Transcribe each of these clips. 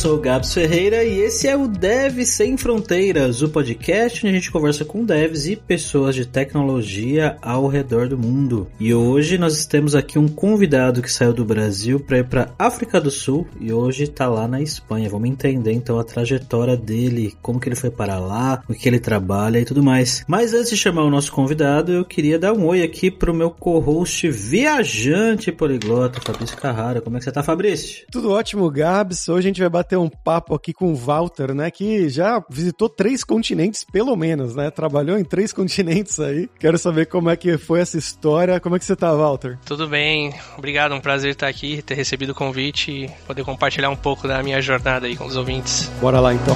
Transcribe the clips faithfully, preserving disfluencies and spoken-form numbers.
sou o Gabs Ferreira e esse é o Devs Sem Fronteiras, o podcast onde a gente conversa com devs e pessoas de tecnologia ao redor do mundo. E hoje nós temos aqui um convidado que saiu do Brasil para ir para África do Sul e hoje está lá na Espanha. Vamos entender então a trajetória dele, como que ele foi para lá, o que ele trabalha e tudo mais. Mas antes de chamar o nosso convidado, eu queria dar um oi aqui pro meu co-host viajante poliglota, Fabrício Carrara. Como é que você tá, Fabrício? Tudo ótimo, Gabs. Hoje a gente vai bater um papo aqui com o Walter, né, que já visitou três continentes, pelo menos, né? Trabalhou em três continentes aí. Quero saber como é que foi essa história. Como é que você tá, Walter? Tudo bem. Obrigado, um prazer estar aqui, ter recebido o convite e poder compartilhar um pouco da minha jornada aí com os ouvintes. Bora lá, então.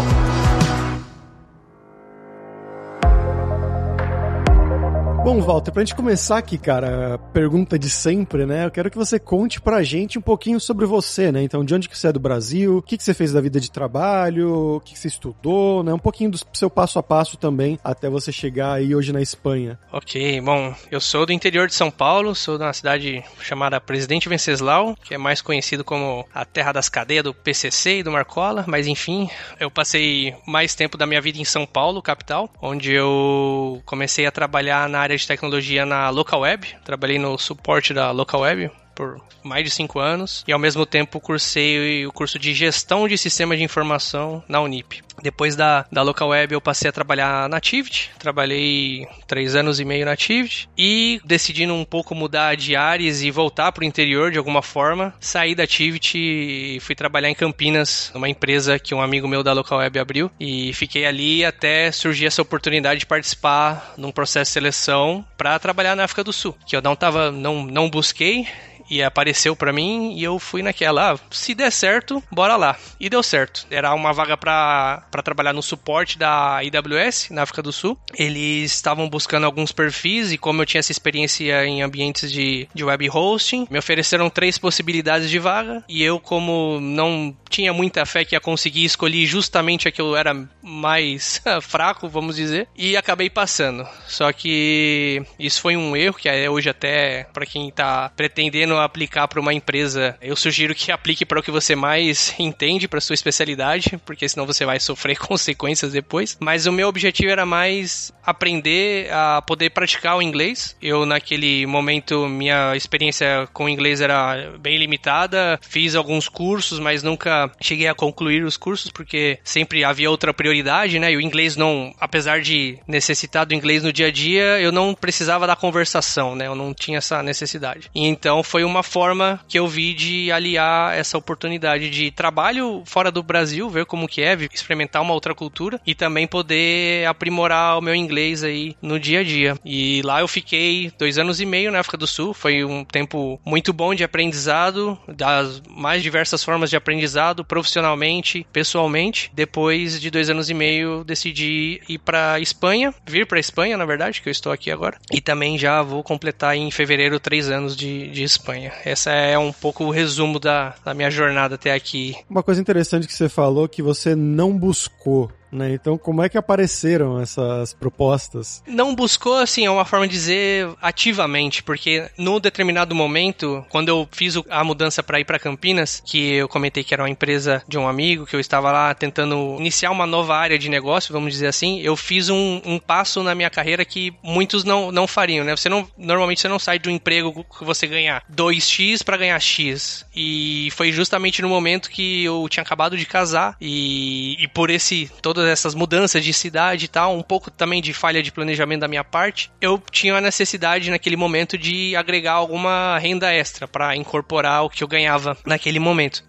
Bom, Walter, pra gente começar aqui, cara, a pergunta de sempre, né? Eu quero que você conte pra gente um pouquinho sobre você, né? Então, de onde que você é do Brasil, o que que você fez da vida de trabalho, o que que você estudou, né? Um pouquinho do seu passo a passo também, até você chegar aí hoje na Espanha. Ok, bom, eu sou do interior de São Paulo, sou de uma cidade chamada Presidente Venceslau, que é mais conhecido como a terra das cadeias do P C C e do Marcola, mas enfim, eu passei mais tempo da minha vida em São Paulo, capital, onde eu comecei a trabalhar na área de tecnologia na Local Web, trabalhei no suporte da Local Web por mais de cinco anos e ao mesmo tempo cursei o curso de gestão de sistemas de informação na Unip. Depois da, da Local Web eu passei a trabalhar na Tivit, trabalhei três anos e meio na Tivit e decidindo um pouco mudar de áreas e voltar para o interior de alguma forma, saí da Tivit e fui trabalhar em Campinas, numa empresa que um amigo meu da Local Web abriu e fiquei ali até surgir essa oportunidade de participar num processo de seleção para trabalhar na África do Sul, que eu não, tava, não, não busquei, e apareceu pra mim e eu fui naquela, ah, se der certo, bora lá. E deu certo. Era uma vaga pra, pra trabalhar no suporte da A W S na África do Sul. Eles estavam buscando alguns perfis e como eu tinha essa experiência em ambientes de, de web hosting, me ofereceram três possibilidades de vaga e eu, como não tinha muita fé que ia conseguir, escolhi justamente a que eu era mais fraco, vamos dizer, e acabei passando. Só que isso foi um erro que é hoje até pra quem tá pretendendo aplicar para uma empresa, eu sugiro que aplique para o que você mais entende, para sua especialidade, porque senão você vai sofrer consequências depois. Mas o meu objetivo era mais aprender a poder praticar o inglês. Eu, naquele momento, minha experiência com o inglês era bem limitada, fiz alguns cursos, mas nunca cheguei a concluir os cursos, porque sempre havia outra prioridade, né? E o inglês não, apesar de necessitar do inglês no dia a dia, eu não precisava da conversação, né? Eu não tinha essa necessidade. E então foi uma forma que eu vi de aliar essa oportunidade de trabalho fora do Brasil, ver como que é, experimentar uma outra cultura e também poder aprimorar o meu inglês aí no dia a dia. E lá eu fiquei dois anos e meio na África do Sul, foi um tempo muito bom de aprendizado, das mais diversas formas de aprendizado, profissionalmente, pessoalmente. Depois de dois anos e meio decidi ir para Espanha, vir para Espanha, na verdade, que eu estou aqui agora, e também já vou completar em fevereiro três anos de, de Espanha. Essa é um pouco o resumo da, da minha jornada até aqui. Uma coisa interessante que você falou, que você não buscou, né? Então, como é que apareceram essas propostas? Não buscou, assim, é uma forma de dizer ativamente, porque no determinado momento, quando eu fiz a mudança para ir para Campinas, que eu comentei que era uma empresa de um amigo, que eu estava lá tentando iniciar uma nova área de negócio, vamos dizer assim, eu fiz um, um passo na minha carreira que muitos não, não fariam, né? Você não, normalmente você não sai de um emprego que você ganha dois x para ganhar X. E foi justamente no momento que eu tinha acabado de casar e, e por esse todo todas essas mudanças de cidade e tal, um pouco também de falha de planejamento da minha parte, eu tinha a necessidade naquele momento de agregar alguma renda extra para incorporar o que eu ganhava naquele momento.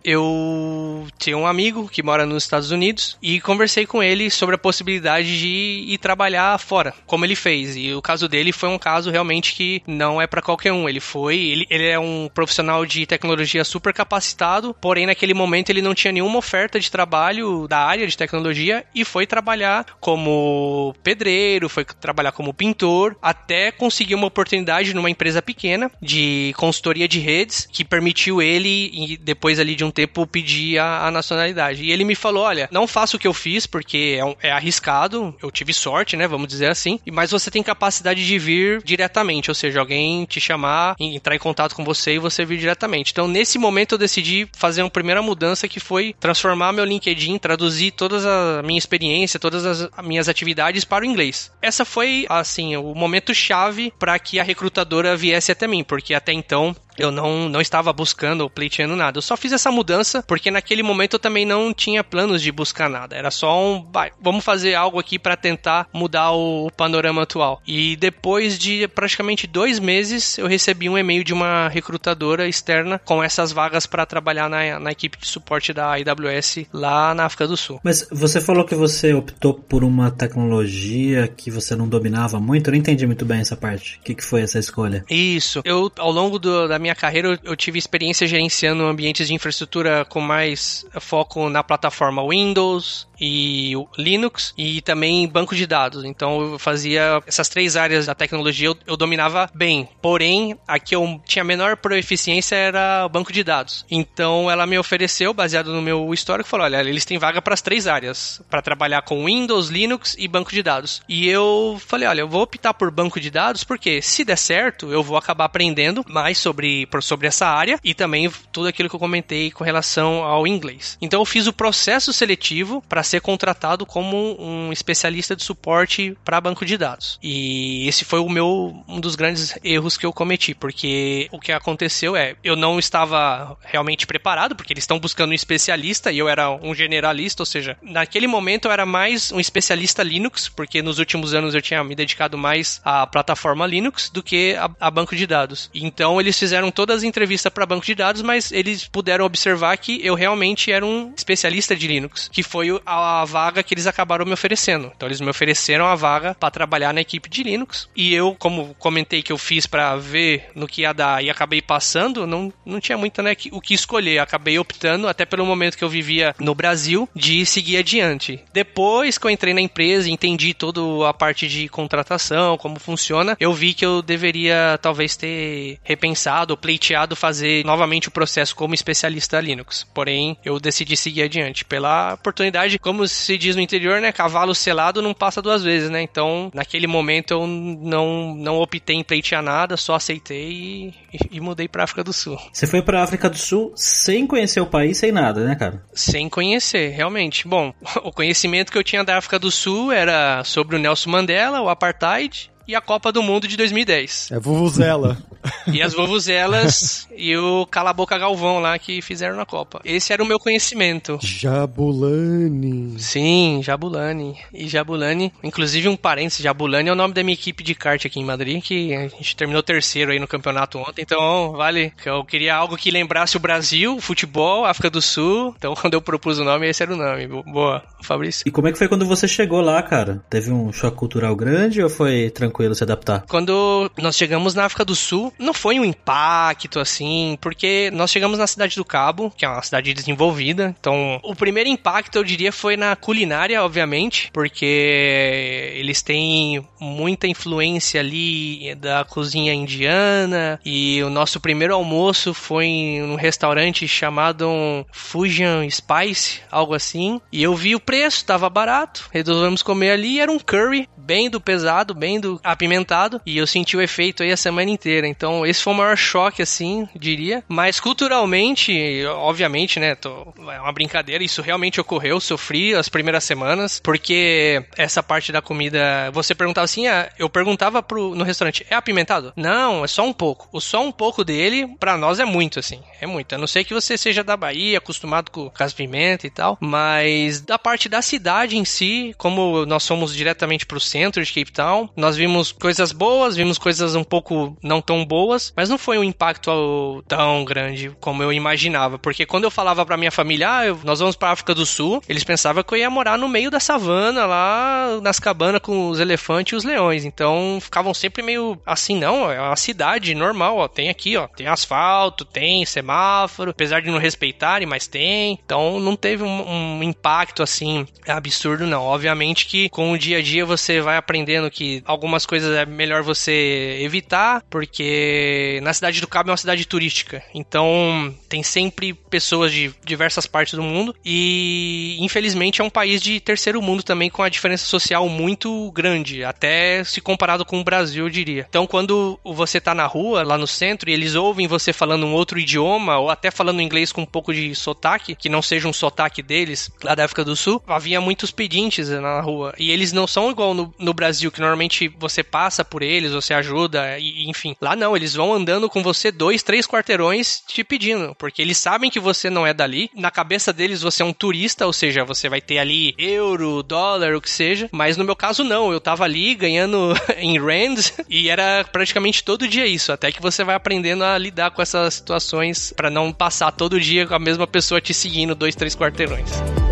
Eu tinha um amigo que mora nos Estados Unidos e conversei com ele sobre a possibilidade de ir trabalhar fora, como ele fez. E o caso dele foi um caso realmente que não é para qualquer um. Ele foi, ele, ele é um profissional de tecnologia super capacitado, porém naquele momento ele não tinha nenhuma oferta de trabalho da área de tecnologia e foi trabalhar como pedreiro, foi trabalhar como pintor, até conseguir uma oportunidade numa empresa pequena de consultoria de redes, que permitiu ele, depois ali de um tempo, pedir a, a nacionalidade. E ele me falou, olha, não faça o que eu fiz, porque é, um, é arriscado, eu tive sorte, né, vamos dizer assim, mas você tem capacidade de vir diretamente, ou seja, alguém te chamar, entrar em contato com você e você vir diretamente. Então, nesse momento, eu decidi fazer uma primeira mudança, que foi transformar meu LinkedIn, traduzir toda a minha experiência, todas as minhas atividades para o inglês. Essa foi, assim, o momento chave para que a recrutadora viesse até mim, porque até então eu não, não estava buscando ou pleiteando nada. Eu só fiz essa mudança porque naquele momento eu também não tinha planos de buscar nada. Era só um, vai, vamos fazer algo aqui para tentar mudar o, o panorama atual. E depois de praticamente dois meses, eu recebi um e-mail de uma recrutadora externa com essas vagas para trabalhar na, na equipe de suporte da A W S lá na África do Sul. Mas você falou que você optou por uma tecnologia que você não dominava muito. Eu não entendi muito bem essa parte. O que, que foi essa escolha? Isso. Eu, ao longo do, da minha minha carreira eu tive experiência gerenciando ambientes de infraestrutura com mais foco na plataforma Windows e Linux e também banco de dados. Então eu fazia essas três áreas da tecnologia, eu, eu dominava bem. Porém, a que eu tinha menor proeficiência era o banco de dados. Então ela me ofereceu, baseado no meu histórico, falou, olha, eles têm vaga para as três áreas, para trabalhar com Windows, Linux e banco de dados. E eu falei, olha, eu vou optar por banco de dados porque se der certo, eu vou acabar aprendendo mais sobre, sobre essa área e também tudo aquilo que eu comentei com relação ao inglês. Então eu fiz o processo seletivo para ser contratado como um especialista de suporte para banco de dados. E esse foi o meu, um dos grandes erros que eu cometi, porque o que aconteceu é, eu não estava realmente preparado, porque eles estão buscando um especialista e eu era um generalista, ou seja, naquele momento eu era mais um especialista Linux, porque nos últimos anos eu tinha me dedicado mais à plataforma Linux do que a, a banco de dados. Então eles fizeram todas as entrevistas para banco de dados, mas eles puderam observar que eu realmente era um especialista de Linux, que foi a a vaga que eles acabaram me oferecendo. Então eles me ofereceram a vaga para trabalhar na equipe de Linux e eu, como comentei que eu fiz para ver no que ia dar e acabei passando, não, não tinha muito, né, o que escolher. Acabei optando, até pelo momento que eu vivia no Brasil, de seguir adiante. Depois que eu entrei na empresa e entendi toda a parte de contratação, como funciona, eu vi que eu deveria talvez ter repensado ou pleiteado fazer novamente o processo como especialista Linux. Porém, eu decidi seguir adiante pela oportunidade. Como se diz no interior, né? Cavalo selado não passa duas vezes, né? Então, naquele momento eu não, não optei em pleitear nada, só aceitei e, e mudei pra África do Sul. Você foi pra África do Sul sem conhecer o país, sem nada, né, cara? Sem conhecer, realmente. Bom, o conhecimento que eu tinha da África do Sul era sobre o Nelson Mandela, o Apartheid e a Copa do Mundo de dois mil e dez. É vuvuzela. E as vuvuzelas e o Cala a Boca Galvão lá que fizeram na Copa. Esse era o meu conhecimento. Jabulani. Sim, Jabulani. E Jabulani, inclusive um parênteses, Jabulani é o nome da minha equipe de kart aqui em Madrid, que a gente terminou terceiro aí no campeonato ontem, então vale. Eu queria algo que lembrasse o Brasil, o futebol, a África do Sul, então quando eu propus o nome, esse era o nome. Boa, Fabrício. E como é que foi quando você chegou lá, cara? Teve um choque cultural grande ou foi tranquilo se adaptar? Quando nós chegamos na África do Sul, não foi um impacto assim, porque nós chegamos na Cidade do Cabo, que é uma cidade desenvolvida, então o primeiro impacto eu diria foi na culinária, obviamente, porque eles têm muita influência ali da cozinha indiana e o nosso primeiro almoço foi em um restaurante chamado Fujian Spice, algo assim, e eu vi o preço, tava barato, resolvemos comer ali, era um curry bem do pesado, bem do apimentado, e eu senti o efeito aí a semana inteira. Então esse foi o maior choque, assim, diria. Mas culturalmente, obviamente, né, tô, é uma brincadeira, isso realmente ocorreu, sofri as primeiras semanas, porque essa parte da comida, você perguntava assim, ah, eu perguntava pro, no restaurante, é apimentado? Não, é só um pouco. O só um pouco dele, pra nós é muito, assim, é muito. A não ser que você seja da Bahia, acostumado com, com as pimentas e tal, mas da parte da cidade em si, como nós fomos diretamente pro centro de Cape Town, nós vimos coisas boas, vimos coisas um pouco não tão boas, boas, mas não foi um impacto tão grande como eu imaginava, porque quando eu falava pra minha família, ah, eu, nós vamos pra África do Sul, eles pensavam que eu ia morar no meio da savana, lá nas cabanas com os elefantes e os leões, então ficavam sempre meio assim, não, é uma cidade normal, ó, tem aqui, ó, tem asfalto, tem semáforo, apesar de não respeitarem, mas tem, então não teve um, um impacto assim absurdo não, obviamente que com o dia a dia você vai aprendendo que algumas coisas é melhor você evitar, porque na Cidade do Cabo é uma cidade turística, então tem sempre pessoas de diversas partes do mundo e infelizmente é um país de terceiro mundo também, com a diferença social muito grande, até se comparado com o Brasil, eu diria. Então quando você tá na rua, lá no centro, e eles ouvem você falando um outro idioma, ou até falando inglês com um pouco de sotaque, que não seja um sotaque deles, lá da África do Sul, havia muitos pedintes na rua, e eles não são igual no, no Brasil, que normalmente você passa por eles, você ajuda, e, enfim. Lá não, eles vão andando com você dois, três quarteirões te pedindo, porque eles sabem que você não é dali, na cabeça deles você é um turista, ou seja, você vai ter ali euro, dólar, o que seja, mas no meu caso não, eu tava ali ganhando em rands, e era praticamente todo dia isso, até que você vai aprendendo a lidar com essas situações pra não passar todo dia com a mesma pessoa te seguindo dois, três quarteirões.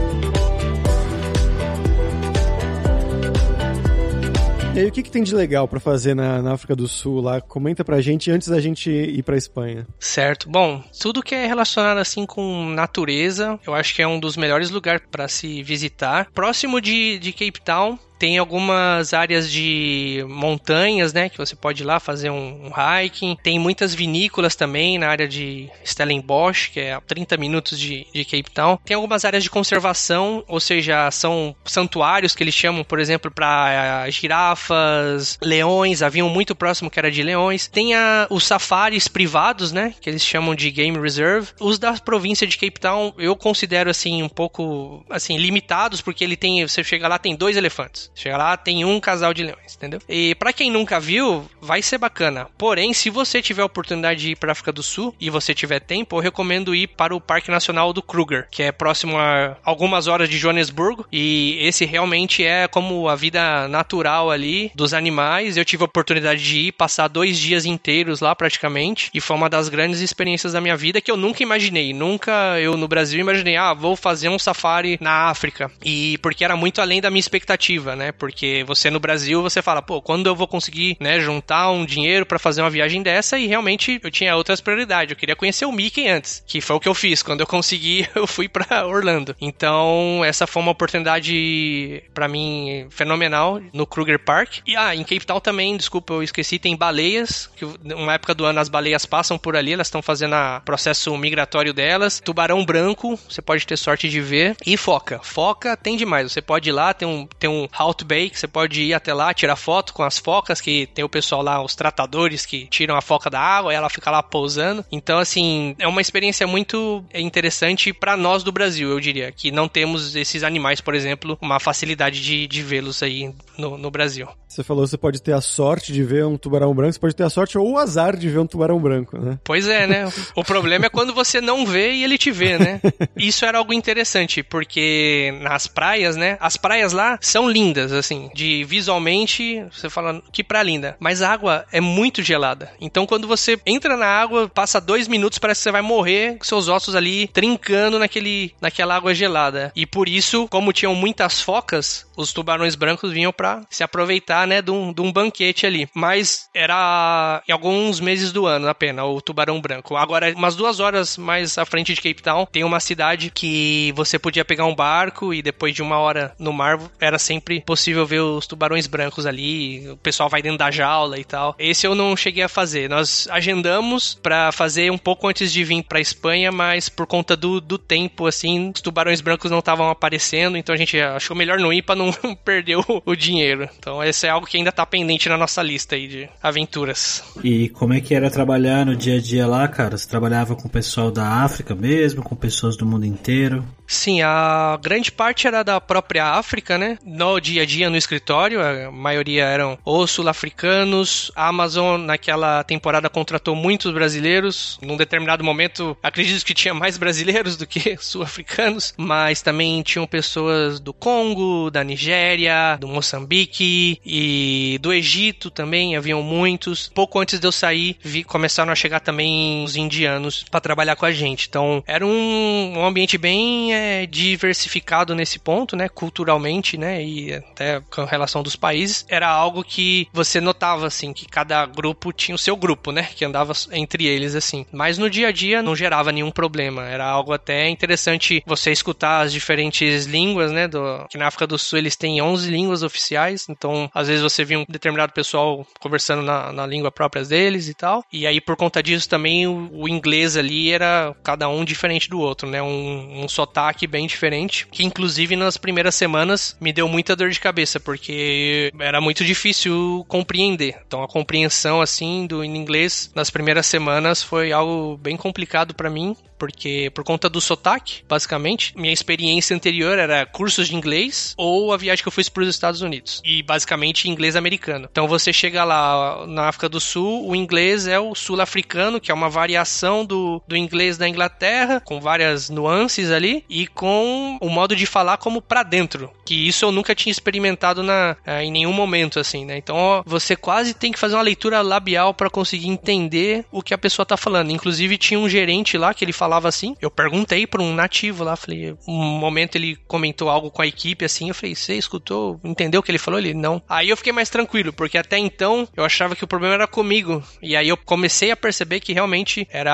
E aí, o que, que tem de legal pra fazer na, na África do Sul lá? Comenta pra gente antes da gente ir pra Espanha. Certo. Bom, tudo que é relacionado assim com natureza, eu acho que é um dos melhores lugares pra se visitar. Próximo de, de Cape Town, tem algumas áreas de montanhas, né, que você pode ir lá fazer um, um hiking. Tem muitas vinícolas também na área de Stellenbosch, que é a trinta minutos de, de Cape Town. Tem algumas áreas de conservação, ou seja, são santuários que eles chamam, por exemplo, para girafas, leões, havia um muito próximo que era de leões. Tem a, os safaris privados, né, que eles chamam de Game Reserve. Os da província de Cape Town eu considero assim um pouco assim limitados, porque ele tem, você chega lá, tem dois elefantes. Chega lá, tem um casal de leões, entendeu? E pra quem nunca viu, vai ser bacana. Porém, se você tiver a oportunidade de ir pra África do Sul e você tiver tempo, eu recomendo ir para o Parque Nacional do Kruger, que é próximo a algumas horas de Joanesburgo, e esse realmente é como a vida natural ali dos animais. Eu tive a oportunidade de ir, passar dois dias inteiros lá praticamente, e foi uma das grandes experiências da minha vida que eu nunca imaginei. Nunca eu no Brasil imaginei, ah, vou fazer um safari na África, e porque era muito além da minha expectativa, né? Porque você no Brasil, você fala, pô, quando eu vou conseguir, né, juntar um dinheiro pra fazer uma viagem dessa? E realmente eu tinha outras prioridades. Eu queria conhecer o Mickey antes, que foi o que eu fiz. Quando eu consegui, eu fui pra Orlando. Então, essa foi uma oportunidade pra mim fenomenal no Kruger Park. E ah, em Cape Town também, desculpa, eu esqueci, tem baleias, que uma época do ano as baleias passam por ali, elas estão fazendo o processo migratório delas. Tubarão branco, você pode ter sorte de ver. E foca. Foca tem demais. Você pode ir lá, tem um, tem um Halt Bay, que você pode ir até lá, tirar foto com as focas, que tem o pessoal lá, os tratadores que tiram a foca da água e ela fica lá pousando. Então, assim, é uma experiência muito interessante pra nós do Brasil, eu diria, que não temos esses animais, por exemplo, uma facilidade de, de vê-los aí no, no Brasil. Você falou que você pode ter a sorte de ver um tubarão branco, você pode ter a sorte ou o azar de ver um tubarão branco, né? Pois é, né? O problema é quando você não vê e ele te vê, né? Isso era algo interessante, porque nas praias, né? As praias lá são lindas, assim, de visualmente, você fala que praia linda, mas a água é muito gelada. Então, quando você entra na água, passa dois minutos, parece que você vai morrer com seus ossos ali trincando naquele, naquela água gelada. E por isso, como tinham muitas focas, os tubarões brancos vinham pra se aproveitar, né, de um, de um banquete ali. Mas era em alguns meses do ano apenas, o tubarão branco. Agora, umas duas horas mais à frente de Cape Town, tem uma cidade que você podia pegar um barco e depois de uma hora no mar, era sempre possível ver os tubarões brancos ali, o pessoal vai dentro da jaula e tal. Esse eu não cheguei a fazer. Nós agendamos pra fazer um pouco antes de vir pra Espanha, mas por conta do, do tempo, assim, os tubarões brancos não estavam aparecendo, então a gente achou melhor não ir pra não perder o, o dinheiro. Então esse é algo que ainda tá pendente na nossa lista aí de aventuras. E como é que era trabalhar no dia a dia lá, cara? Você trabalhava com o pessoal da África mesmo, com pessoas do mundo inteiro? Sim, a grande parte era da própria África, né? No dia a dia, no escritório, a maioria eram ou sul-africanos. A Amazon, naquela temporada, contratou muitos brasileiros. Num determinado momento, acredito que tinha mais brasileiros do que sul-africanos, mas também tinham pessoas do Congo, da Nigéria, do Moçambique e do Egito também, haviam muitos. Pouco antes de eu sair, vi, começaram a chegar também os indianos para trabalhar com a gente. Então, era um, um ambiente bem é, diversificado nesse ponto, né, culturalmente, né, e até com relação dos países. Era algo que você notava, assim, que cada grupo tinha o seu grupo, né, que andava entre eles, assim. Mas no dia a dia não gerava nenhum problema. Era algo até interessante você escutar as diferentes línguas, né, do, que na África do Sul eles têm onze línguas oficiais, então às vezes você via um determinado pessoal conversando na, na língua própria deles e tal, e aí por conta disso também o, o inglês ali era cada um diferente do outro, né, um, um sotaque bem diferente, que inclusive nas primeiras semanas me deu muita dor de cabeça, porque era muito difícil compreender, então a compreensão assim do em inglês nas primeiras semanas foi algo bem complicado pra mim, porque por conta do sotaque, basicamente, minha experiência anterior era cursos de inglês ou a viagem que eu fiz para os Estados Unidos, e basicamente inglês americano. Então você chega lá na África do Sul, o inglês é o sul-africano, que é uma variação do, do inglês da Inglaterra, com várias nuances ali, e com o modo de falar como pra dentro, que isso eu nunca tinha experimentado na, em nenhum momento, assim, né? Então ó, você quase tem que fazer uma leitura labial para conseguir entender o que a pessoa tá falando. Inclusive tinha um gerente lá que ele falava falava assim, eu perguntei para um nativo lá, falei, um momento ele comentou algo com a equipe assim, eu falei, você escutou, entendeu o que ele falou? Ele, não. Aí eu fiquei mais tranquilo, porque até então eu achava que o problema era comigo, e aí eu comecei a perceber que realmente era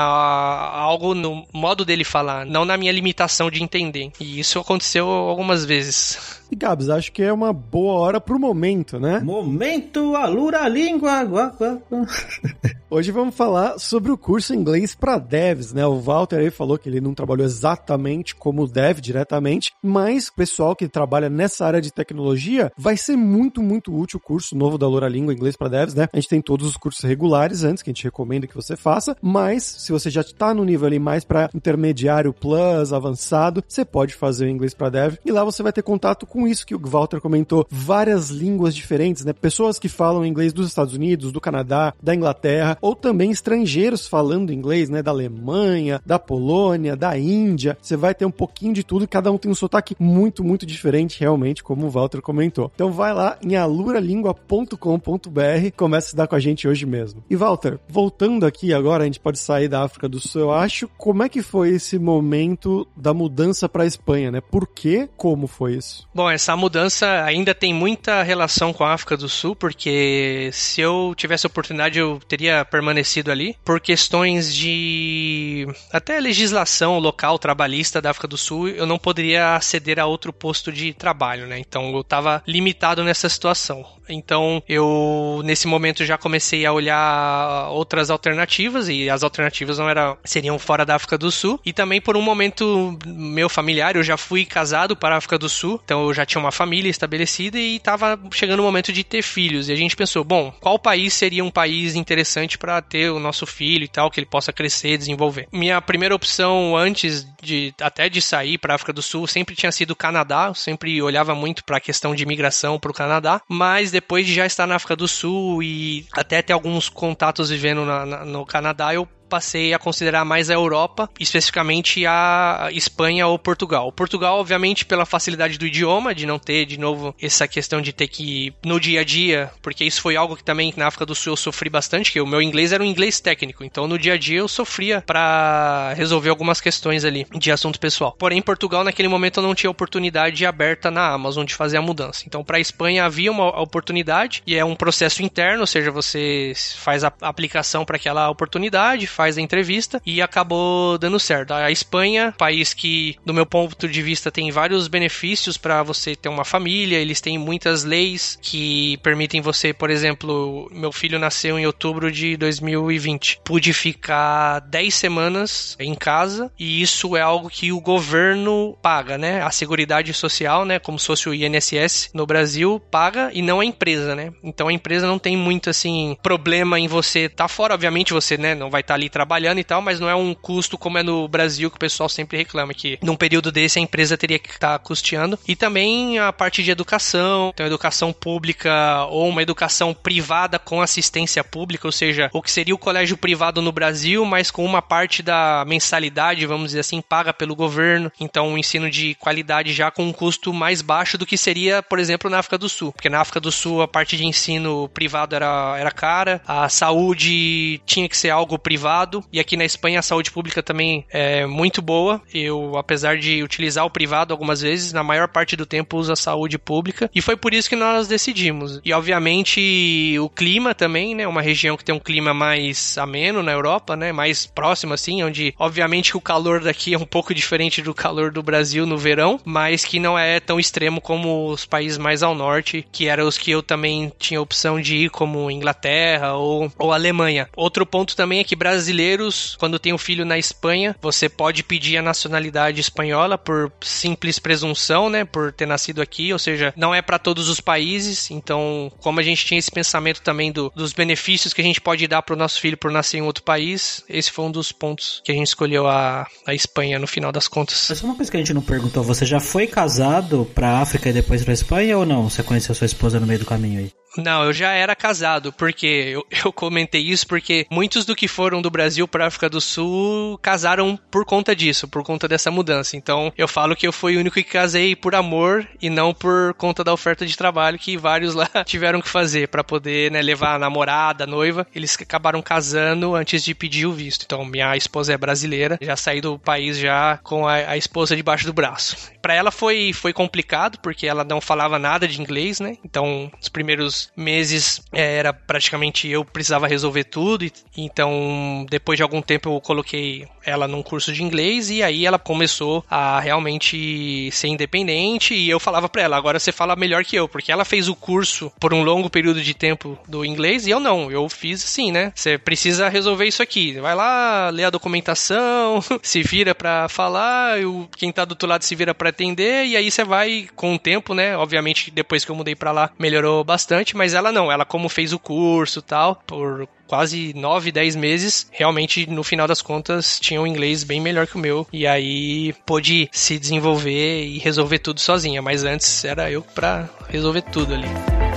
algo no modo dele falar, não na minha limitação de entender, e isso aconteceu algumas vezes. E Gabs, acho que é uma boa hora pro momento, né? Momento alura língua. Gua, gua, gua. Hoje vamos falar sobre o curso inglês para devs, né? O Walter aí falou que ele não trabalhou exatamente como dev diretamente, mas o pessoal que trabalha nessa área de tecnologia vai ser muito, muito útil o curso novo da Alura Língua Inglês para Devs, né? A gente tem todos os cursos regulares antes, que a gente recomenda que você faça, mas se você já está no nível ali mais para intermediário, plus, avançado, você pode fazer o inglês para dev e lá você vai ter contato com isso que o Walter comentou, várias línguas diferentes, né? Pessoas que falam inglês dos Estados Unidos, do Canadá, da Inglaterra, ou também estrangeiros falando inglês, né? Da Alemanha, da Polônia, da Índia. Você vai ter um pouquinho de tudo e cada um tem um sotaque muito, muito diferente, realmente, como o Walter comentou. Então vai lá em aluralingua ponto com ponto b r, começa a estudar com a gente hoje mesmo. E Walter, voltando aqui agora, a gente pode sair da África do Sul, eu acho, como é que foi esse momento da mudança para a Espanha, né? Por quê? Como foi isso? Bom, essa mudança ainda tem muita relação com a África do Sul, porque se eu tivesse a oportunidade eu teria permanecido ali, por questões de até legislação local trabalhista da África do Sul, eu não poderia aceder a outro posto de trabalho, né? Então eu estava limitado nessa situação. Então eu nesse momento já comecei a olhar outras alternativas, e as alternativas não eram, seriam fora da África do Sul, e também por um momento meu familiar, eu já fui casado para a África do Sul, então eu já tinha uma família estabelecida e estava chegando o momento de ter filhos, e a gente pensou, bom, qual país seria um país interessante para ter o nosso filho e tal, que ele possa crescer e desenvolver. Minha primeira opção antes de até de sair para a África do Sul sempre tinha sido o Canadá, eu sempre olhava muito para a questão de imigração para o Canadá, mas depois de já estar na África do Sul e até ter alguns contatos vivendo na, na, no Canadá, eu passei a considerar mais a Europa, especificamente a Espanha ou Portugal. Portugal, obviamente, pela facilidade do idioma, de não ter, de novo, essa questão de ter que, no dia a dia, porque isso foi algo que também na África do Sul eu sofri bastante, que o meu inglês era um inglês técnico, então no dia a dia eu sofria para resolver algumas questões ali de assunto pessoal. Porém, em Portugal, naquele momento, eu não tinha oportunidade aberta na Amazon de fazer a mudança. Então, para a Espanha havia uma oportunidade, e é um processo interno, ou seja, você faz a aplicação para aquela oportunidade, faz a entrevista e acabou dando certo. A Espanha, país que, do meu ponto de vista, tem vários benefícios para você ter uma família, eles têm muitas leis que permitem você, por exemplo, meu filho nasceu em outubro de dois mil e vinte, pude ficar dez semanas em casa, e isso é algo que o governo paga, né? A Seguridade Social, né? Como se fosse o I N S S no Brasil, paga, e não a empresa, né? Então a empresa não tem muito, assim, problema em você estar fora, obviamente você, né, não vai estar ali trabalhando e tal, mas não é um custo como é no Brasil, que o pessoal sempre reclama, que num período desse a empresa teria que estar custeando. E também a parte de educação, então educação pública ou uma educação privada com assistência pública, ou seja, o que seria o colégio privado no Brasil, mas com uma parte da mensalidade, vamos dizer assim, paga pelo governo. Então um ensino de qualidade já com um custo mais baixo do que seria, por exemplo, na África do Sul. Porque na África do Sul a parte de ensino privado era, era cara, a saúde tinha que ser algo privado, e aqui na Espanha a saúde pública também é muito boa. Eu, apesar de utilizar o privado algumas vezes, na maior parte do tempo uso a saúde pública, e foi por isso que nós decidimos. E obviamente o clima também, né, uma região que tem um clima mais ameno na Europa, né, mais próximo assim, onde obviamente o calor daqui é um pouco diferente do calor do Brasil no verão, mas que não é tão extremo como os países mais ao norte, que eram os que eu também tinha opção de ir, como Inglaterra ou, ou Alemanha. Outro ponto também é que brasileiros, quando tem um filho na Espanha, você pode pedir a nacionalidade espanhola por simples presunção, né, por ter nascido aqui, ou seja, não é para todos os países. Então, como a gente tinha esse pensamento também do, dos benefícios que a gente pode dar para o nosso filho por nascer em outro país, esse foi um dos pontos que a gente escolheu a, a Espanha no final das contas. Mas uma coisa que a gente não perguntou, você já foi casado pra África e depois pra Espanha ou não? Você conheceu sua esposa no meio do caminho aí? Não, eu já era casado, porque eu, eu comentei isso porque muitos do que foram do Brasil para a África do Sul casaram por conta disso, por conta dessa mudança. Então, eu falo que eu fui o único que casei por amor e não por conta da oferta de trabalho que vários lá tiveram que fazer para poder, né, levar a namorada, a noiva. Eles acabaram casando antes de pedir o visto. Então, minha esposa é brasileira, já saí do país já com a, a esposa debaixo do braço. Para ela foi, foi complicado, porque ela não falava nada de inglês, né? Então, os primeiros meses é, era praticamente eu precisava resolver tudo, e, então depois de algum tempo eu coloquei ela num curso de inglês e aí ela começou a realmente ser independente, e eu falava pra ela, agora você fala melhor que eu, porque ela fez o curso por um longo período de tempo do inglês e eu não, eu fiz assim, né, você precisa resolver isso aqui, vai lá, lê a documentação, se vira pra falar, eu, quem tá do outro lado se vira pra atender, e aí você vai com o tempo, né, obviamente depois que eu mudei pra lá melhorou bastante, mas ela não, ela como fez o curso e tal, por quase nove, dez meses, realmente no final das contas tinha um inglês bem melhor que o meu, e aí pôde se desenvolver e resolver tudo sozinha, mas antes era eu pra resolver tudo ali.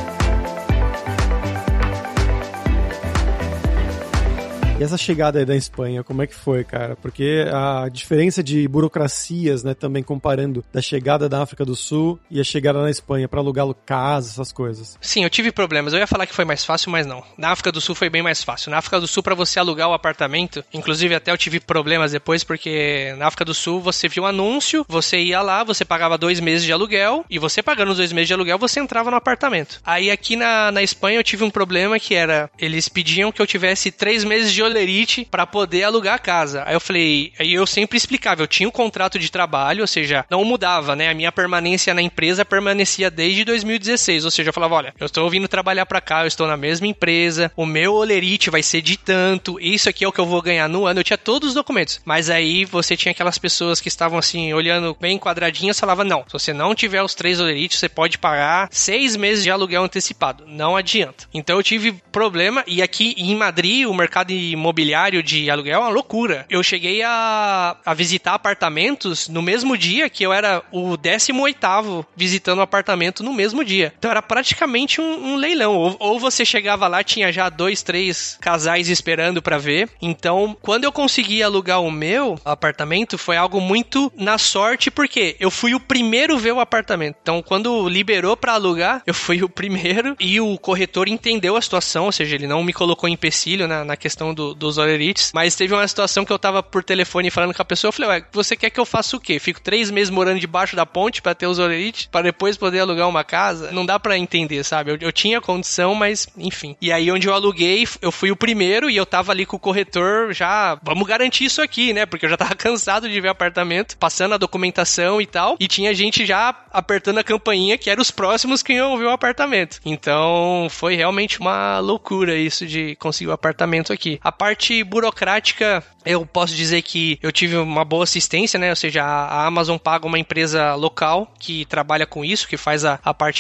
E essa chegada aí da Espanha, como é que foi, cara? Porque a diferença de burocracias, né, também comparando da chegada da África do Sul e a chegada na Espanha para alugar casa, essas coisas. Sim, eu tive problemas. Eu ia falar que foi mais fácil, mas não. Na África do Sul foi bem mais fácil. Na África do Sul, para você alugar o apartamento, inclusive até eu tive problemas depois, porque na África do Sul você viu um anúncio, você ia lá, você pagava dois meses de aluguel, e você pagando os dois meses de aluguel, você entrava no apartamento. Aí aqui na, na Espanha eu tive um problema que era, eles pediam que eu tivesse três meses de olerite para poder alugar a casa. Aí eu falei, aí eu sempre explicava, eu tinha um contrato de trabalho, ou seja, não mudava, né? A minha permanência na empresa permanecia desde dois mil e dezesseis, ou seja, eu falava, olha, eu estou vindo trabalhar para cá, eu estou na mesma empresa, o meu olerite vai ser de tanto, isso aqui é o que eu vou ganhar no ano, eu tinha todos os documentos. Mas aí você tinha aquelas pessoas que estavam assim, olhando bem quadradinhas, falava, não, se você não tiver os três olerites, você pode pagar seis meses de aluguel antecipado, não adianta. Então eu tive problema, e aqui em Madrid, o mercado imobiliário de aluguel é uma loucura. Eu cheguei a, a visitar apartamentos no mesmo dia que eu era o décimo oitavo visitando o apartamento no mesmo dia. Então era praticamente um, um leilão. Ou, ou você chegava lá, tinha já dois, três casais esperando pra ver. Então, quando eu consegui alugar o meu apartamento, foi algo muito na sorte, porque eu fui o primeiro a ver o apartamento. Então, quando liberou pra alugar, eu fui o primeiro, e o corretor entendeu a situação, ou seja, ele não me colocou em empecilho na, na questão do, dos olerites, mas teve uma situação que eu tava por telefone falando com a pessoa, eu falei, ué, você quer que eu faça o quê? Fico três meses morando debaixo da ponte pra ter os olerites, pra depois poder alugar uma casa? Não dá pra entender, sabe? Eu, eu tinha condição, mas enfim. E aí onde eu aluguei, eu fui o primeiro, e eu tava ali com o corretor já, vamos garantir isso aqui, né? Porque eu já tava cansado de ver apartamento, passando a documentação e tal, e tinha gente já apertando a campainha, que eram os próximos que iam ver o apartamento. Então, foi realmente uma loucura isso de conseguir o apartamento aqui. A parte burocrática, eu posso dizer que eu tive uma boa assistência, né? Ou seja, a Amazon paga uma empresa local que trabalha com isso, que faz a, a parte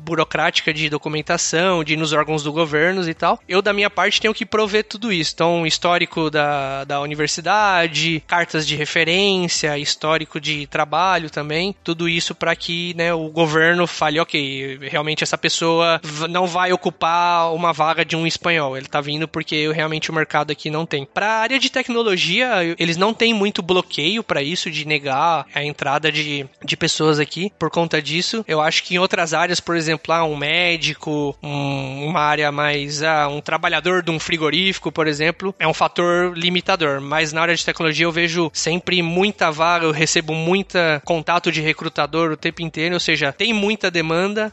burocrática de documentação, de ir nos órgãos do governo e tal. Eu, da minha parte, tenho que prover tudo isso. Então, histórico da, da universidade, cartas de referência, histórico de trabalho também, tudo isso para que, né, o governo fale, ok, realmente essa pessoa não vai ocupar uma vaga de um espanhol, ele tá vindo porque realmente o mercado aqui não tem. Para a área de tecnologia, eles não têm muito bloqueio para isso, de negar a entrada de, de pessoas aqui por conta disso. Eu acho que em outras áreas, por exemplo, ah, um médico, um, uma área mais, ah, um trabalhador de um frigorífico, por exemplo, é um fator limitador, mas na área de tecnologia eu vejo sempre muita vaga, eu recebo muita contato de recrutador o tempo inteiro, ou seja, tem muita demanda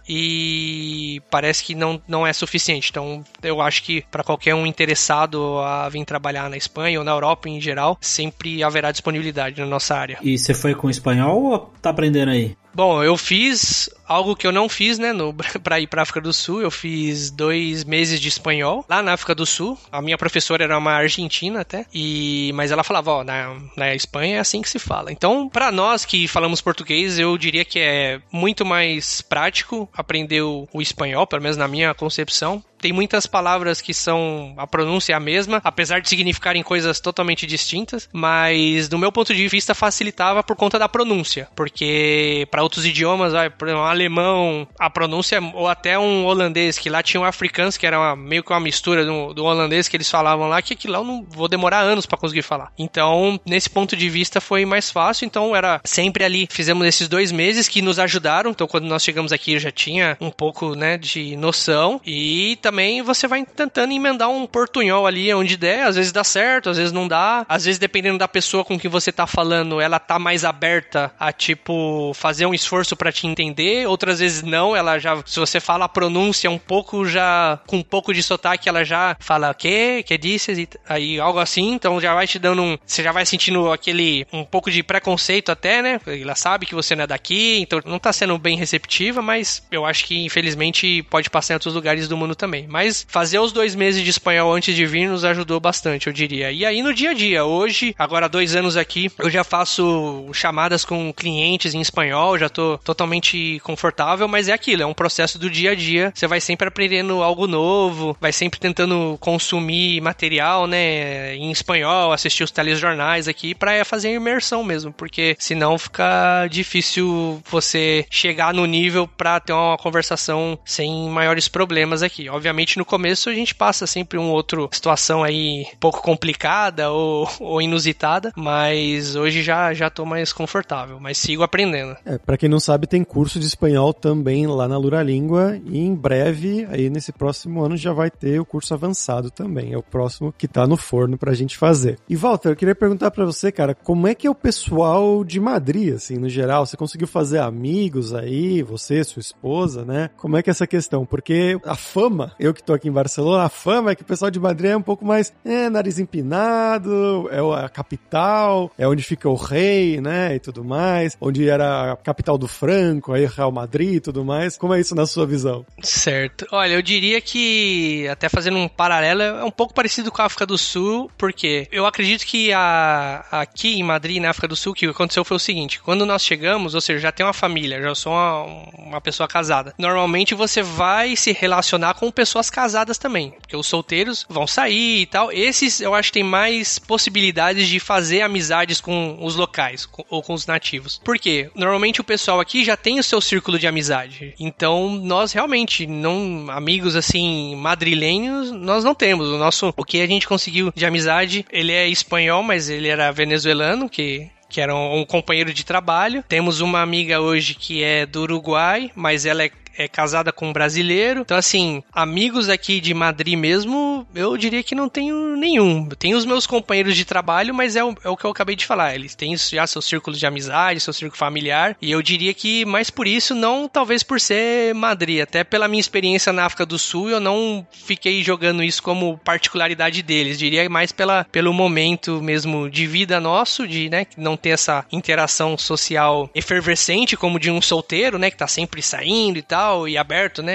e parece que não, não é suficiente. Então, eu acho que para qualquer um interessado a vir trabalhar na Espanha ou na Europa em geral, sempre haverá disponibilidade na nossa área. E você foi com espanhol ou tá aprendendo aí? Bom, eu fiz algo que eu não fiz, né, no, pra ir pra África do Sul. Eu fiz dois meses de espanhol lá na África do Sul. A minha professora era uma argentina até, e, mas ela falava, ó, na, na Espanha é assim que se fala. Então, pra nós que falamos português, eu diria que é muito mais prático aprender o, o espanhol, pelo menos na minha concepção. Tem muitas palavras que são, a pronúncia é a mesma, apesar de significarem coisas totalmente distintas, mas do meu ponto de vista facilitava por conta da pronúncia, porque para outros idiomas, por exemplo, um alemão, a pronúncia, ou até um holandês, que lá tinha um africano, que era uma, meio que uma mistura do, do holandês que eles falavam lá, que aquilo lá eu não vou demorar anos para conseguir falar. Então, nesse ponto de vista foi mais fácil, então era sempre ali, fizemos esses dois meses que nos ajudaram, então quando nós chegamos aqui eu já tinha um pouco, né, de noção, e também você vai tentando emendar um portunhol ali onde der, às vezes dá certo, às vezes não dá, às vezes dependendo da pessoa com que você tá falando, ela tá mais aberta a, tipo, fazer um esforço pra te entender, outras vezes não, ela já, se você fala a pronúncia um pouco já, com um pouco de sotaque, ela já fala, o que, que disse, aí algo assim, então já vai te dando um, você já vai sentindo aquele, um pouco de preconceito até, né, ela sabe que você não é daqui, então não tá sendo bem receptiva, mas eu acho que infelizmente pode passar em outros lugares do mundo também. Mas fazer os dois meses de espanhol antes de vir nos ajudou bastante, eu diria. E aí no dia a dia, hoje, agora há dois anos aqui, eu já faço chamadas com clientes em espanhol, já tô totalmente confortável, mas é aquilo, é um processo do dia a dia. Você vai sempre aprendendo algo novo, vai sempre tentando consumir material, né, em espanhol, assistir os telejornais aqui pra fazer a imersão mesmo, porque senão fica difícil você chegar no nível pra ter uma conversação sem maiores problemas aqui. Obviamente, no começo, a gente passa sempre uma outra situação aí um pouco complicada ou, ou inusitada, mas hoje já, já tô mais confortável, mas sigo aprendendo. É, pra quem não sabe, tem curso de espanhol também lá na Luralíngua e em breve, aí nesse próximo ano, já vai ter o curso avançado também. É o próximo que tá no forno pra gente fazer. E, Walter, eu queria perguntar pra você, cara, como é que é o pessoal de Madrid, assim, no geral? Você conseguiu fazer amigos aí, você, sua esposa, né? Como é que é essa questão? Porque a fama, eu que tô aqui em Barcelona, a fama é que o pessoal de Madrid é um pouco mais, é, nariz empinado, é a capital, é onde fica o rei, né, e tudo mais, onde era a capital do Franco, aí Real Madrid e tudo mais. Como é isso na sua visão? Certo. Olha, eu diria que, até fazendo um paralelo, é um pouco parecido com a África do Sul, porque eu acredito que a, aqui em Madrid, na África do Sul, o que aconteceu foi o seguinte, quando nós chegamos, ou seja, já tem uma família, já sou uma, uma pessoa casada, normalmente você vai se relacionar com pessoas casadas também, porque os solteiros vão sair e tal. Esses eu acho que tem mais possibilidades de fazer amizades com os locais com, ou com os nativos. Por quê? Normalmente o pessoal aqui já tem o seu círculo de amizade. Então nós realmente não, amigos assim madrilenhos, nós não temos. O nosso, o que a gente conseguiu de amizade, ele é espanhol, mas ele era venezuelano, que que era um, um companheiro de trabalho. Temos uma amiga hoje que é do Uruguai, mas ela é é casada com um brasileiro. Então, assim, amigos aqui de Madrid mesmo, eu diria que não tenho nenhum. Eu tenho os meus companheiros de trabalho, mas é o, é o que eu acabei de falar. Eles têm já seus círculos de amizade, seu círculo familiar, e eu diria que mais por isso, não talvez por ser Madrid. Até pela minha experiência na África do Sul, eu não fiquei jogando isso como particularidade deles. Diria mais pela, pelo momento mesmo de vida nosso, de, né, não ter essa interação social efervescente como de um solteiro, né, que tá sempre saindo e tal, e aberto, né, a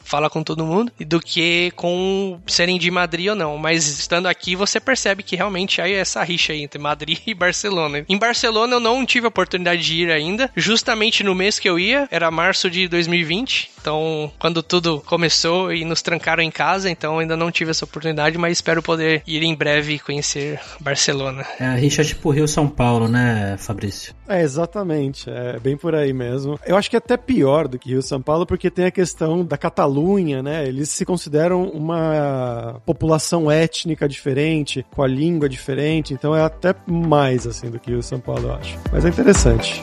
fala com todo mundo, do que com serem de Madrid ou não. Mas estando aqui, você percebe que realmente há essa rixa aí entre Madrid e Barcelona. Em Barcelona eu não tive a oportunidade de ir ainda, justamente no mês que eu ia, era março de dois mil e vinte, então quando tudo começou e nos trancaram em casa, então ainda não tive essa oportunidade, mas espero poder ir em breve e conhecer Barcelona. É a rixa tipo Rio-São Paulo, né, Fabrício? É, exatamente, é bem por aí mesmo. Eu acho que é até pior do que Rio-São Paulo, porque tem a questão da Catalunha, né, eles se consideram uma população étnica diferente, com a língua diferente, então é até mais assim do que Rio-São Paulo, eu acho. Mas é interessante.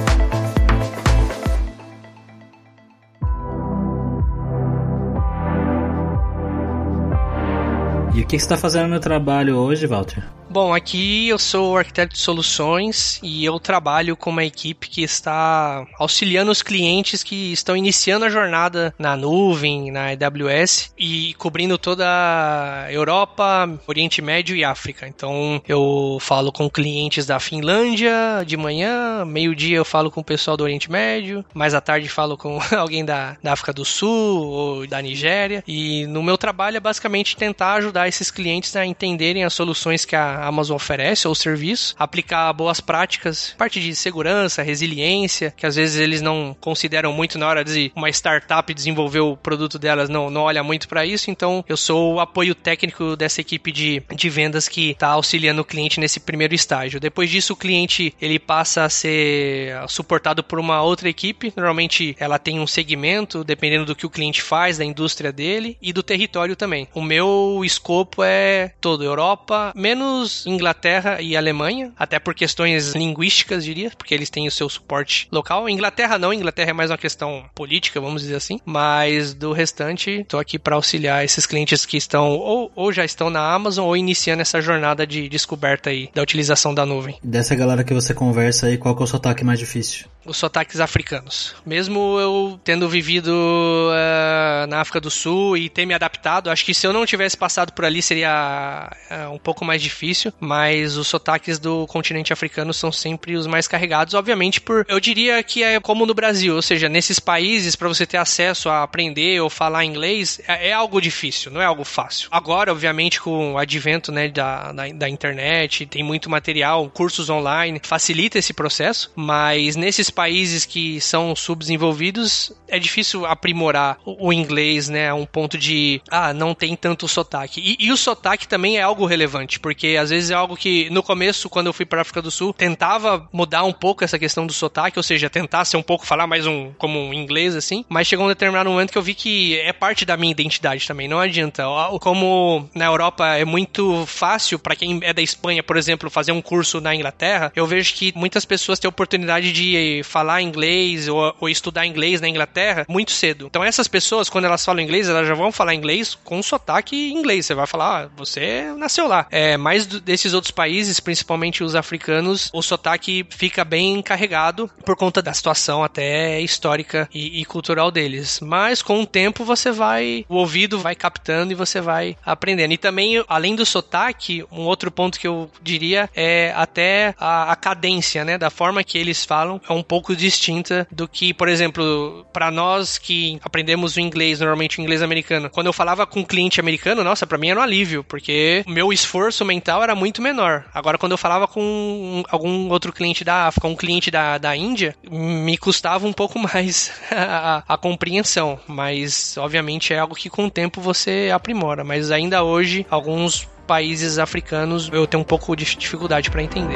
E o que você está fazendo no trabalho hoje, Walter? Bom, aqui eu sou arquiteto de soluções e eu trabalho com uma equipe que está auxiliando os clientes que estão iniciando a jornada na nuvem, na A W S e cobrindo toda a Europa, Oriente Médio e África. Então eu falo com clientes da Finlândia de manhã, meio-dia eu falo com o pessoal do Oriente Médio, mais à tarde falo com alguém da, da África do Sul ou da Nigéria, e no meu trabalho é basicamente tentar ajudar esses clientes a entenderem as soluções que a Amazon oferece ou serviço, aplicar boas práticas, parte de segurança, resiliência, que às vezes eles não consideram muito na hora de uma startup desenvolver o produto delas, não, não olha muito para isso. Então eu sou o apoio técnico dessa equipe de, de vendas que está auxiliando o cliente nesse primeiro estágio. Depois disso o cliente ele passa a ser suportado por uma outra equipe, normalmente ela tem um segmento, dependendo do que o cliente faz, da indústria dele e do território também. O meu escopo é toda a Europa, menos Inglaterra e Alemanha, até por questões linguísticas, diria, porque eles têm o seu suporte local. Inglaterra não, Inglaterra é mais uma questão política, vamos dizer assim, mas do restante, estou aqui para auxiliar esses clientes que estão ou, ou já estão na Amazon ou iniciando essa jornada de descoberta aí da utilização da nuvem. Dessa galera que você conversa aí, qual que é o sotaque mais difícil? Os sotaques africanos. Mesmo eu tendo vivido uh, na África do Sul e ter me adaptado, acho que se eu não tivesse passado por ali seria uh, um pouco mais difícil, mas os sotaques do continente africano são sempre os mais carregados, obviamente por, eu diria que é como no Brasil, ou seja, nesses países, para você ter acesso a aprender ou falar inglês, é, é algo difícil, não é algo fácil. Agora, obviamente, com o advento, né, da, da, da internet, tem muito material, cursos online, facilita esse processo, mas nesses países que são subdesenvolvidos, é difícil aprimorar o, o inglês, né, a um ponto de, ah, não tem tanto sotaque. E, e o sotaque também é algo relevante, porque às vezes é algo que, no começo, quando eu fui para a África do Sul, tentava mudar um pouco essa questão do sotaque, ou seja, tentar ser um pouco, falar mais um, como um inglês, assim, mas chegou um determinado momento que eu vi que é parte da minha identidade também, não adianta. Como na Europa é muito fácil, para quem é da Espanha, por exemplo, fazer um curso na Inglaterra, eu vejo que muitas pessoas têm a oportunidade de falar inglês ou, ou estudar inglês na Inglaterra muito cedo. Então essas pessoas, quando elas falam inglês, elas já vão falar inglês com sotaque inglês. Você vai falar, ah, você nasceu lá. É, mais do, desses outros países, principalmente os africanos, o sotaque fica bem carregado por conta da situação até histórica e, e cultural deles. Mas com o tempo você vai, o ouvido vai captando e você vai aprendendo. E também, além do sotaque, um outro ponto que eu diria é até a, a cadência, né, da forma que eles falam é um pouco distinta do que, por exemplo, para nós que aprendemos o inglês, normalmente o inglês americano, quando eu falava com um cliente americano, nossa, para mim era um alívio, porque o meu esforço mental era muito menor. Agora, quando eu falava com algum outro cliente da África, um cliente da, da Índia, me custava um pouco mais a, a compreensão, mas obviamente é algo que com o tempo você aprimora, mas ainda hoje, alguns países africanos eu tenho um pouco de dificuldade para entender.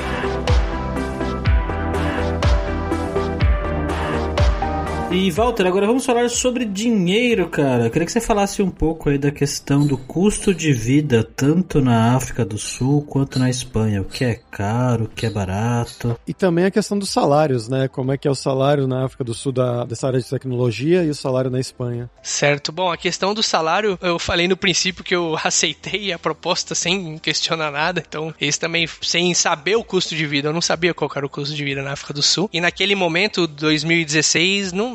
E Walter, agora vamos falar sobre dinheiro, cara. Eu queria que você falasse um pouco aí da questão do custo de vida, tanto na África do Sul quanto na Espanha. O que é caro, o que é barato. E também a questão dos salários, né? Como é que é o salário na África do Sul da, dessa área de tecnologia e o salário na Espanha. Certo. Bom, a questão do salário, eu falei no princípio que eu aceitei a proposta sem questionar nada. Então, eles também, sem saber o custo de vida, eu não sabia qual era o custo de vida na África do Sul. E naquele momento, dois mil e dezesseis, não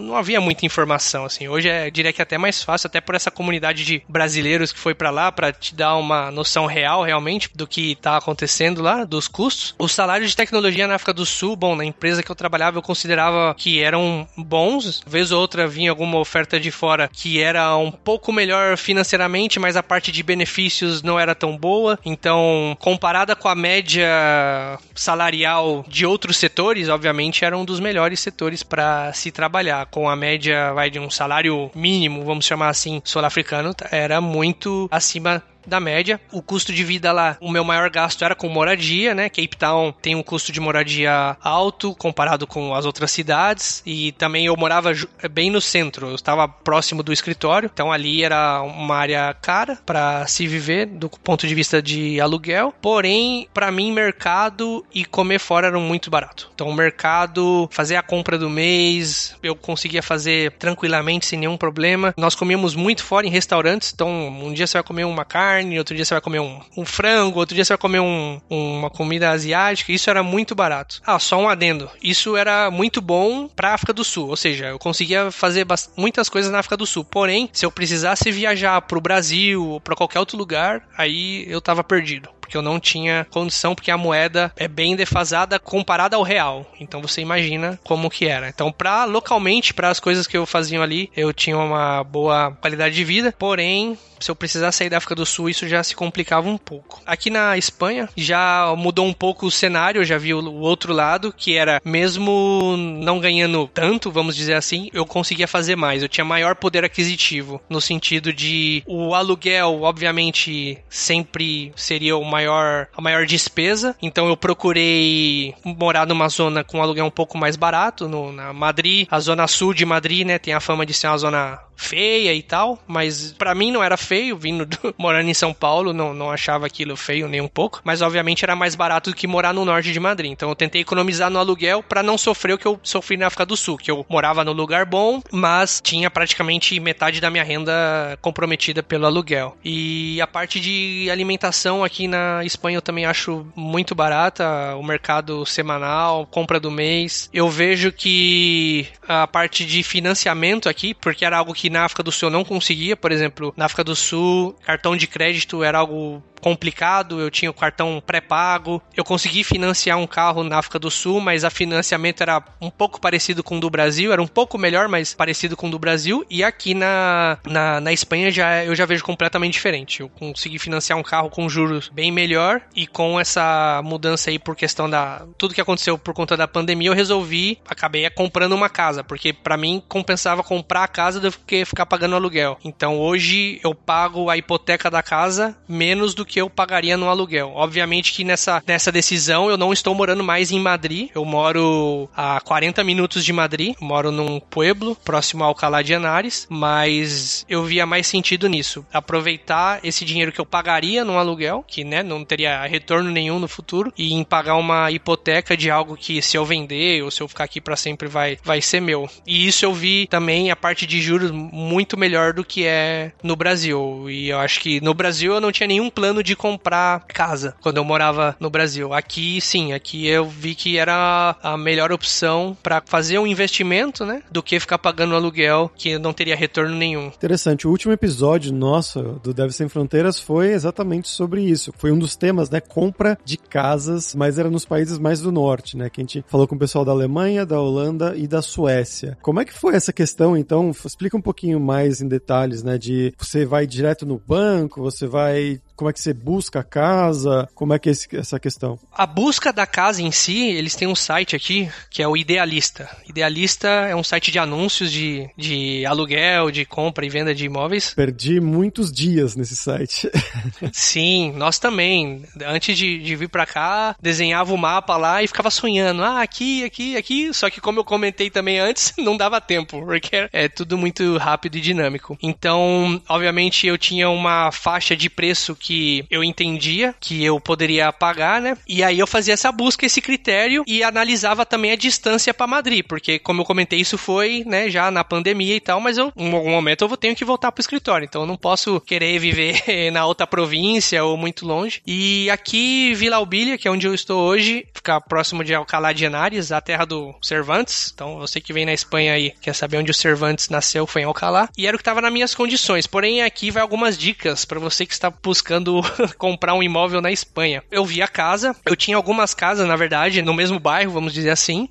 não havia muita informação, assim. Hoje é, diria que é até mais fácil, até por essa comunidade de brasileiros que foi pra lá pra te dar uma noção real, realmente, do que tá acontecendo lá, dos custos. Os salários de tecnologia na África do Sul, bom, na empresa que eu trabalhava, eu considerava que eram bons. Vez ou outra vinha alguma oferta de fora que era um pouco melhor financeiramente, mas a parte de benefícios não era tão boa. Então, comparada com a média salarial de outros setores, obviamente era um dos melhores setores para se trabalhar. Com a média, vai, de um salário mínimo, vamos chamar assim, sul-africano, era muito acima da média. O custo de vida lá, o meu maior gasto era com moradia, né? Cape Town tem um custo de moradia alto comparado com as outras cidades, e também eu morava bem no centro, eu estava próximo do escritório, então ali era uma área cara para se viver do ponto de vista de aluguel. Porém, para mim, mercado e comer fora eram muito barato. Então, o mercado, fazer a compra do mês, eu conseguia fazer tranquilamente, sem nenhum problema. Nós comíamos muito fora em restaurantes, então um dia você vai comer uma carne, outro dia você vai comer um, um frango, outro dia você vai comer um, uma comida asiática. Isso era muito barato. Ah, só um adendo. Isso era muito bom pra África do Sul, ou seja, eu conseguia fazer bast- muitas coisas na África do Sul. Porém, se eu precisasse viajar pro Brasil ou pra qualquer outro lugar, aí eu tava perdido, porque eu não tinha condição, porque a moeda é bem defasada comparada ao real. Então você imagina como que era. Então, pra, localmente, para as coisas que eu fazia ali, eu tinha uma boa qualidade de vida, porém, se eu precisar sair da África do Sul, isso já se complicava um pouco. Aqui na Espanha, já mudou um pouco o cenário, eu já vi o, o outro lado, que era, mesmo não ganhando tanto, vamos dizer assim, eu conseguia fazer mais, eu tinha maior poder aquisitivo, no sentido de, o aluguel, obviamente, sempre seria o maior, a maior despesa, então eu procurei morar numa zona com um aluguel um pouco mais barato, no, na Madrid, a zona sul de Madrid, né, tem a fama de ser uma zona feia e tal, mas pra mim não era feio, vindo do, morando em São Paulo, não, não achava aquilo feio nem um pouco, mas obviamente era mais barato do que morar no norte de Madrid, então eu tentei economizar no aluguel pra não sofrer o que eu sofri na África do Sul, que eu morava no lugar bom, mas tinha praticamente metade da minha renda comprometida pelo aluguel. E a parte de alimentação aqui na Espanha eu também acho muito barata, o mercado semanal, compra do mês, eu vejo que a parte de financiamento aqui, porque era algo que na África do Sul eu não conseguia, por exemplo, na África do Sul, cartão de crédito era algo complicado, eu tinha o cartão pré-pago, eu consegui financiar um carro na África do Sul, mas a financiamento era um pouco parecido com o do Brasil, era um pouco melhor, mas parecido com o do Brasil, e aqui na, na, na Espanha já, eu já vejo completamente diferente, eu consegui financiar um carro com juros bem melhor, e com essa mudança aí por questão da, tudo que aconteceu por conta da pandemia, eu resolvi, acabei comprando uma casa, porque pra mim compensava comprar a casa do que ficar pagando aluguel, então hoje eu pago a hipoteca da casa menos do que eu pagaria no aluguel. Obviamente que nessa, nessa decisão eu não estou morando mais em Madrid, eu moro a quarenta minutos de Madrid, moro num pueblo próximo a Alcalá de Henares, mas eu via mais sentido nisso, aproveitar esse dinheiro que eu pagaria no aluguel, que né, não teria retorno nenhum no futuro, e em pagar uma hipoteca de algo que se eu vender ou se eu ficar aqui para sempre vai, vai ser meu. E isso eu vi também a parte de juros muito melhor do que é no Brasil, e eu acho que no Brasil eu não tinha nenhum plano de comprar casa quando eu morava no Brasil. Aqui sim, aqui eu vi que era a melhor opção para fazer um investimento, né, do que ficar pagando aluguel que não teria retorno nenhum. Interessante, o último episódio nosso do Devs Sem Fronteiras foi exatamente sobre isso. Foi um dos temas, né, compra de casas, mas era nos países mais do norte, né, que a gente falou com o pessoal da Alemanha, da Holanda e da Suécia. Como é que foi essa questão, então? Explica um pouquinho mais em detalhes, né, de você vai direto no banco, você vai... Como é que você busca a casa? Como é que é esse, essa questão? A busca da casa em si, eles têm um site aqui, que é o Idealista. Idealista é um site de anúncios de, de aluguel, de compra e venda de imóveis. Perdi muitos dias nesse site. Sim, nós também. Antes de, de vir pra cá, desenhava o mapa lá e ficava sonhando. Ah, aqui, aqui, aqui. Só que como eu comentei também antes, não dava tempo, porque é tudo muito rápido e dinâmico. Então, obviamente, eu tinha uma faixa de preço que que eu entendia que eu poderia pagar, né? E aí eu fazia essa busca, esse critério e analisava também a distância para Madrid, porque como eu comentei, isso foi, né, já na pandemia e tal, mas eu, em algum momento eu vou tenho que voltar pro escritório, então eu não posso querer viver na outra província ou muito longe. E aqui, Vila Albília, que é onde eu estou hoje, fica próximo de Alcalá de Henares, a terra do Cervantes. Então, você que vem na Espanha aí, quer saber onde o Cervantes nasceu, foi em Alcalá. E era o que estava nas minhas condições. Porém, aqui vai algumas dicas para você que está buscando comprar um imóvel na Espanha. Eu vi a casa, eu tinha algumas casas, na verdade, no mesmo bairro, vamos dizer assim,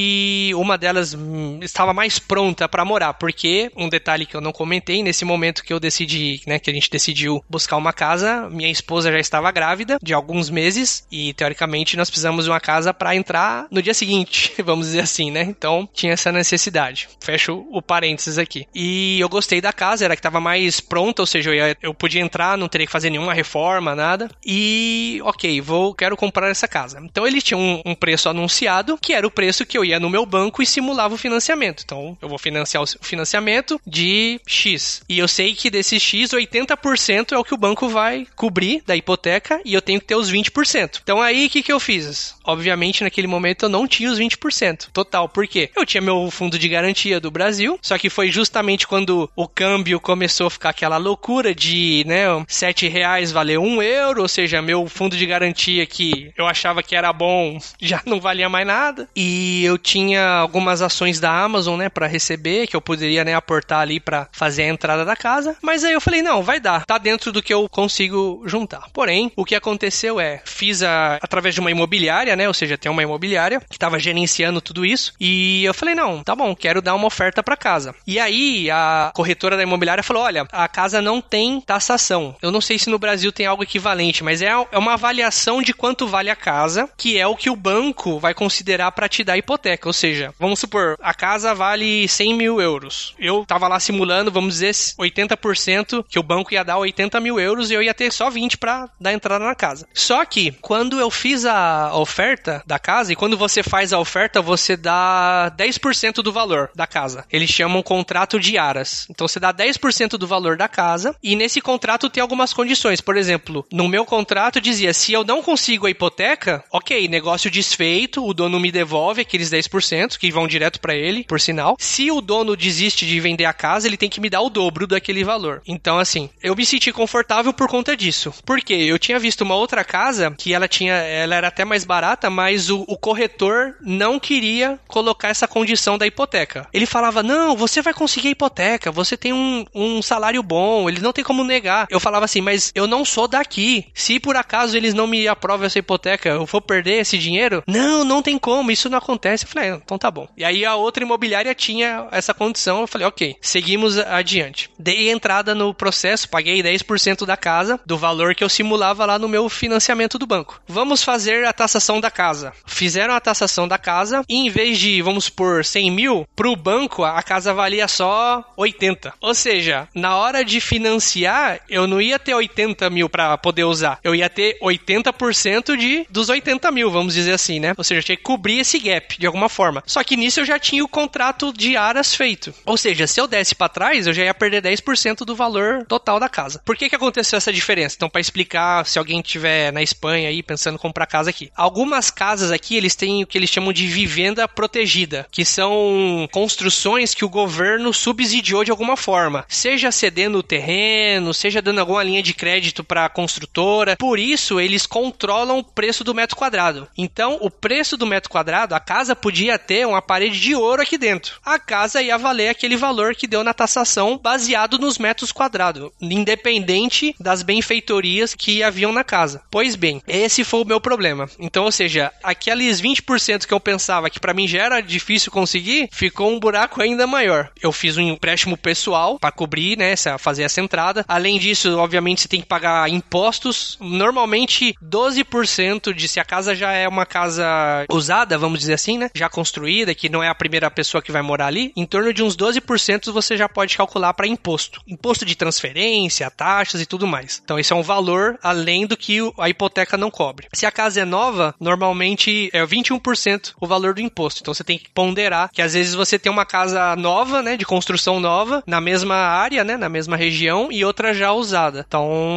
e uma delas hum, estava mais pronta para morar, porque, um detalhe que eu não comentei, nesse momento que eu decidi, né, que a gente decidiu buscar uma casa, minha esposa já estava grávida de alguns meses e, teoricamente, nós precisamos de uma casa para entrar no dia seguinte, vamos dizer assim, né? Então, tinha essa necessidade. Fecho o parênteses aqui. E eu gostei da casa, era que estava mais pronta, ou seja, eu, ia, eu podia entrar, não teria que fazer nenhuma reforma, nada. E, ok, vou, quero comprar essa casa. Então, ele tinha um, um preço anunciado, que era o preço que eu ia no meu banco e simulava o financiamento. Então, eu vou financiar o financiamento de X. E eu sei que desse X, oitenta por cento é o que o banco vai cobrir da hipoteca e eu tenho que ter os vinte por cento. Então, aí, o que, que eu fiz? Obviamente, naquele momento, eu não tinha os vinte por cento total. Por quê? Eu tinha meu fundo de garantia do Brasil, só que foi justamente quando o câmbio começou a ficar aquela loucura de, né, sete reais valer um euro, ou seja, meu fundo de garantia que eu achava que era bom, já não valia mais nada. E eu tinha algumas ações da Amazon, né, pra receber, que eu poderia, né, aportar ali pra fazer a entrada da casa. Mas aí eu falei, não, vai dar. Tá dentro do que eu consigo juntar. Porém, o que aconteceu é, fiz a, através de uma imobiliária, né, ou seja, tem uma imobiliária que tava gerenciando tudo isso. E eu falei, não, tá bom, quero dar uma oferta pra casa. E aí, a corretora da imobiliária falou, olha, a casa não tem taxação. Eu não sei se no Brasil tem algo equivalente, mas é, é uma avaliação de quanto vale a casa, que é o que o banco vai considerar pra te dar a hipoteca. Ou seja, vamos supor, a casa vale cem mil euros. Eu tava lá simulando, vamos dizer, oitenta por cento, que o banco ia dar oitenta mil euros e eu ia ter só vinte pra dar entrada na casa. Só que, quando eu fiz a oferta da casa, e quando você faz a oferta, você dá dez por cento do valor da casa. Eles chamam contrato de aras. Então, você dá dez por cento do valor da casa e nesse contrato tem algumas condições. Por exemplo, no meu contrato dizia, se eu não consigo a hipoteca, ok, negócio desfeito, o dono me devolve aqueles dez por cento que vão direto pra ele, por sinal. Se o dono desiste de vender a casa, ele tem que me dar o dobro daquele valor. Então, assim, eu me senti confortável por conta disso. Por quê? Eu tinha visto uma outra casa que ela tinha, ela era até mais barata, mas o, o corretor não queria colocar essa condição da hipoteca. Ele falava, não, você vai conseguir a hipoteca, você tem um, um salário bom, eles não tem como negar. Eu falava assim, mas eu não sou daqui. Se por acaso eles não me aprovam essa hipoteca, eu vou perder esse dinheiro? Não, não tem como, isso não acontece. Eu falei, então tá bom. E aí a outra imobiliária tinha essa condição, eu falei, ok, seguimos adiante. Dei entrada no processo, paguei dez por cento da casa, do valor que eu simulava lá no meu financiamento do banco. Vamos fazer a taxação da casa. Fizeram a taxação da casa e em vez de, vamos supor, cem mil, pro banco a casa valia só oitenta. Ou seja, na hora de financiar, eu não ia ter oitenta mil pra poder usar. Eu ia ter oitenta por cento de, dos oitenta mil, vamos dizer assim, né? Ou seja, eu tinha que cobrir esse gap de alguma forma. Só que nisso eu já tinha o contrato de aras feito. Ou seja, se eu desse pra trás, eu já ia perder dez por cento do valor total da casa. Por que que aconteceu essa diferença? Então, pra explicar, se alguém estiver na Espanha aí pensando em comprar casa aqui. Algumas casas aqui, eles têm o que eles chamam de vivenda protegida, que são construções que o governo subsidiou de alguma forma. Seja cedendo o terreno, seja dando alguma linha de crédito pra construtora. Por isso, eles controlam o preço do metro quadrado. Então, o preço do metro quadrado, a casa podia ter uma parede de ouro aqui dentro. A casa ia valer aquele valor que deu na taxação baseado nos metros quadrados, independente das benfeitorias que haviam na casa. Pois bem, esse foi o meu problema. Então, ou seja, aqueles vinte por cento que eu pensava que pra mim já era difícil conseguir, ficou um buraco ainda maior. Eu fiz um empréstimo pessoal pra cobrir, né, fazer essa entrada. Além disso, obviamente, você tem que pagar impostos. Normalmente, doze por cento de se a casa já é uma casa usada, vamos dizer assim, né, já construída, que não é a primeira pessoa que vai morar ali, em torno de uns doze por cento você já pode calcular para imposto. Imposto de transferência, taxas e tudo mais. Então, esse é um valor além do que a hipoteca não cobre. Se a casa é nova, normalmente é vinte e um por cento o valor do imposto. Então, você tem que ponderar que às vezes você tem uma casa nova, né, de construção nova, na mesma área, né, na mesma região, e outra já usada. Então,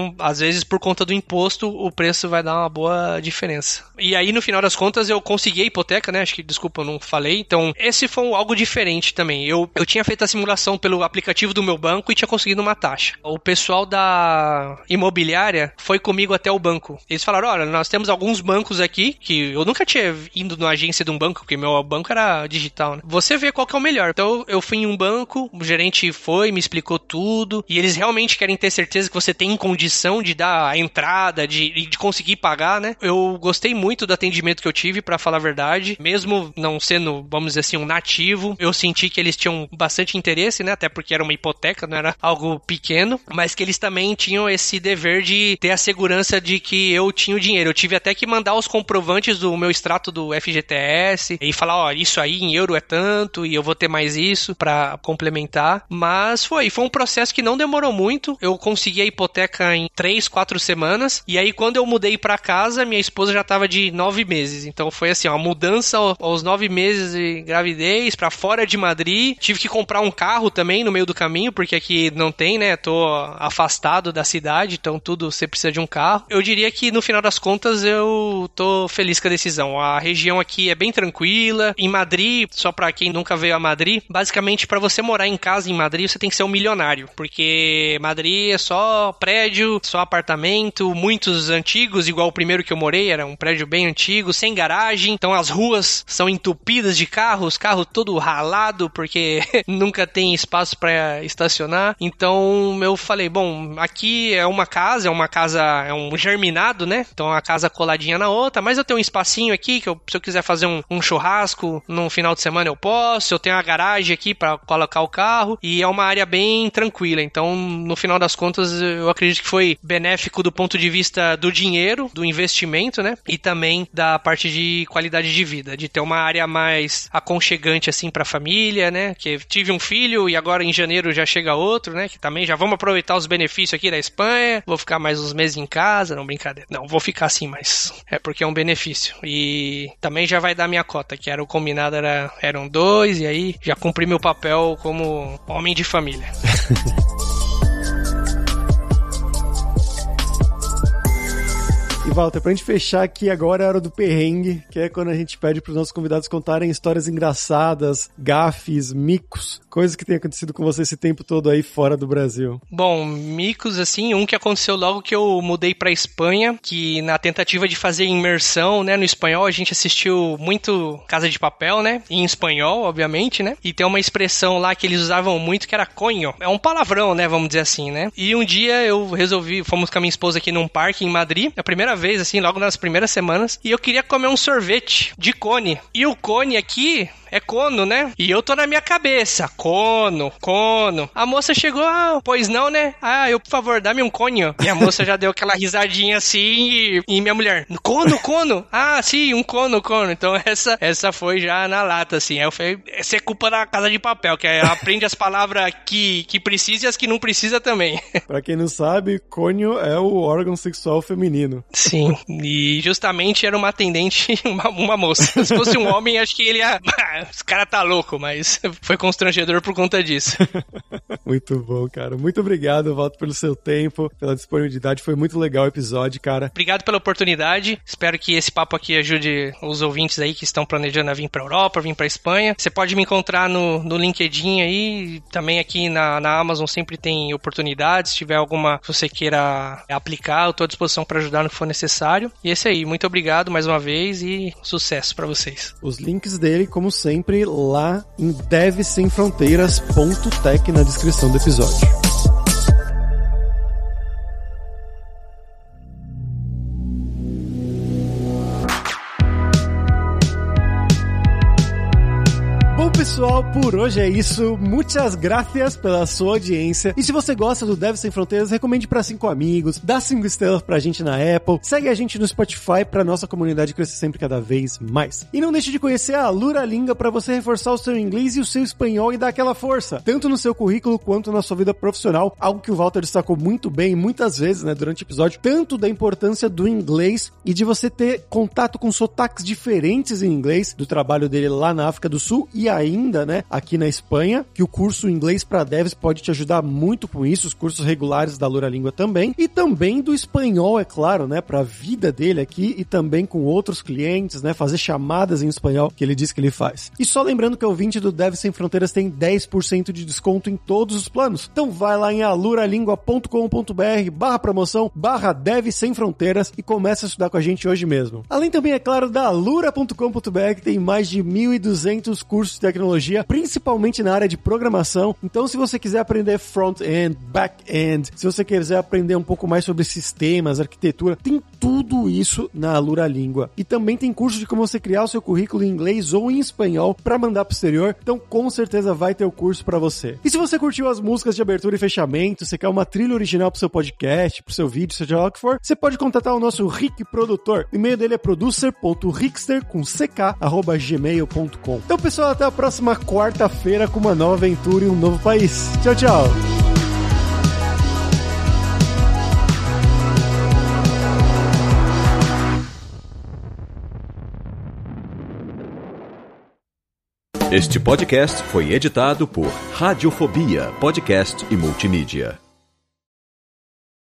Então, às vezes, por conta do imposto, o preço vai dar uma boa diferença. E aí, no final das contas, eu consegui a hipoteca, né? Acho que, desculpa, eu não falei. Então, esse foi um, algo diferente também. Eu, eu tinha feito a simulação pelo aplicativo do meu banco e tinha conseguido uma taxa. O pessoal da imobiliária foi comigo até o banco. Eles falaram, olha, nós temos alguns bancos aqui, que eu nunca tinha ido na agência de um banco, porque meu banco era digital, né? Você vê qual que é o melhor. Então, eu fui em um banco, o gerente foi, me explicou tudo, e eles realmente querem ter certeza que você tem condição de dar a entrada, de, de conseguir pagar, né? Eu gostei muito do atendimento que eu tive, pra falar a verdade. Mesmo não sendo, vamos dizer assim, um nativo, eu senti que eles tinham bastante interesse, né? Até porque era uma hipoteca, não era algo pequeno, mas que eles também tinham esse dever de ter a segurança de que eu tinha o dinheiro. Eu tive até que mandar os comprovantes do meu extrato do F G T S e falar, ó, isso aí em euro é tanto e eu vou ter mais isso pra complementar. Mas foi, foi um processo que não demorou muito. Eu consegui a hipoteca em três, quatro semanas e aí quando eu mudei pra casa, minha esposa já tava de nove meses. Então foi assim, uma mudança aos nove meses de gravidez pra fora de Madrid. Tive que comprar um carro também no meio do caminho, porque aqui não tem, né? Tô afastado da cidade, então tudo você precisa de um carro. Eu diria que no final das contas eu tô feliz com a decisão. A região aqui é bem tranquila. Em Madrid, só pra quem nunca veio a Madrid, basicamente pra você morar em casa em Madrid, você tem que ser um milionário, porque Madrid é só prédio, só apartamento, muitos antigos, igual o primeiro que eu morei, era um prédio bem antigo, sem garagem, então as ruas são entupidas de carros, carro todo ralado, porque nunca tem espaço pra estacionar. Então eu falei, bom, aqui é uma casa, é uma casa, é um germinado, né? Então a casa coladinha na outra, mas eu tenho um espacinho aqui que eu, se eu quiser fazer um, um churrasco num final de semana eu posso, eu tenho a garagem aqui pra colocar o carro e é uma área bem tranquila. Então no final das contas eu acredito que foi benéfico do ponto de vista do dinheiro, do investimento, né? E também da parte de qualidade de vida, de ter uma área mais aconchegante assim pra família, né? Que tive um filho e agora em janeiro já chega outro, né? Que também já vamos aproveitar os benefícios aqui da Espanha, vou ficar mais uns meses em casa, não, brincadeira. Não, vou ficar assim, mas é porque é um benefício. E também já vai dar minha cota, que era o combinado, era, eram dois, e aí já cumpri meu papel como homem de família. E Walter, pra gente fechar aqui agora é a hora do perrengue, que é quando a gente pede pros nossos convidados contarem histórias engraçadas, gafes, micos, coisas que tem acontecido com você esse tempo todo aí fora do Brasil. Bom, micos, assim, um que aconteceu logo que eu mudei pra Espanha, que na tentativa de fazer imersão, né, no espanhol, a gente assistiu muito Casa de Papel, né, em espanhol, obviamente, né, e tem uma expressão lá que eles usavam muito que era coño, é um palavrão, né, vamos dizer assim, né, e um dia eu resolvi, fomos com a minha esposa aqui num parque em Madrid, a primeira vez, assim, logo nas primeiras semanas, e eu queria comer um sorvete de cone. E o cone aqui é cono, né? E eu tô na minha cabeça, cono, cono. A moça chegou, ah, pois não, né? Ah, eu, por favor, dá-me um conho. E a moça já deu aquela risadinha assim, e, e minha mulher, cono, cono? Ah, sim, um cono, cono. Então essa, essa foi já na lata, assim. Aí eu falei, essa é culpa da Casa de Papel, que ela aprende as palavras que, que precisa e as que não precisa também. Pra quem não sabe, conho é o órgão sexual feminino. Sim, e justamente era uma atendente, uma, uma moça. Se fosse um homem, acho que ele ia... Esse cara tá louco, mas foi constrangedor por conta disso. Muito bom, cara. Muito obrigado, Walter, pelo seu tempo, pela disponibilidade. Foi muito legal o episódio, cara. Obrigado pela oportunidade. Espero que esse papo aqui ajude os ouvintes aí que estão planejando a vir pra Europa, vir pra Espanha. Você pode me encontrar no, no LinkedIn aí. Também aqui na, na Amazon sempre tem oportunidades. Se tiver alguma que você queira aplicar, eu tô à disposição para ajudar no que for necessário. E esse aí. Muito obrigado mais uma vez e sucesso pra vocês. Os links dele, como sempre, sempre lá em dev sem fronteiras ponto tech na descrição do episódio. Bom, pessoal, por hoje é isso. Muitas gracias pela sua audiência. E se você gosta do Dev Sem Fronteiras, recomende para cinco amigos, dá cinco estrelas pra gente na Apple, segue a gente no Spotify pra nossa comunidade crescer sempre cada vez mais. E não deixe de conhecer a Luralinga pra você reforçar o seu inglês e o seu espanhol e dar aquela força, tanto no seu currículo quanto na sua vida profissional, algo que o Walter destacou muito bem muitas vezes, né, durante o episódio, tanto da importância do inglês e de você ter contato com sotaques diferentes em inglês, do trabalho dele lá na África do Sul, e aí ainda, né, aqui na Espanha, que o curso Inglês para Devs pode te ajudar muito com isso, os cursos regulares da Lura Língua também, e também do espanhol, é claro, né, para a vida dele aqui e também com outros clientes, né, fazer chamadas em espanhol, que ele diz que ele faz. E só lembrando que o ouvinte do Devs Sem Fronteiras tem dez por cento de desconto em todos os planos. Então vai lá em aluralingua ponto com ponto b r barra promoção barra Devs Sem Fronteiras e começa a estudar com a gente hoje mesmo. Além também, é claro, da alura ponto com ponto b r, que tem mais de mil e duzentos cursos de tecnologia, principalmente na área de programação. Então, se você quiser aprender front-end, back-end, se você quiser aprender um pouco mais sobre sistemas, arquitetura, tem tudo isso na Alura Língua. E também tem curso de como você criar o seu currículo em inglês ou em espanhol para mandar pro exterior. Então, com certeza vai ter o curso para você. E se você curtiu as músicas de abertura e fechamento, você quer uma trilha original pro seu podcast, pro seu vídeo, seja lá o que for, você pode contatar o nosso Rick Produtor. O e-mail dele é producer ponto rickster com ck arroba gmail ponto com. Então, pessoal, até a próxima quarta-feira com uma nova aventura em um novo país. Tchau, tchau! Este podcast foi editado por Radiofobia, podcast e multimídia.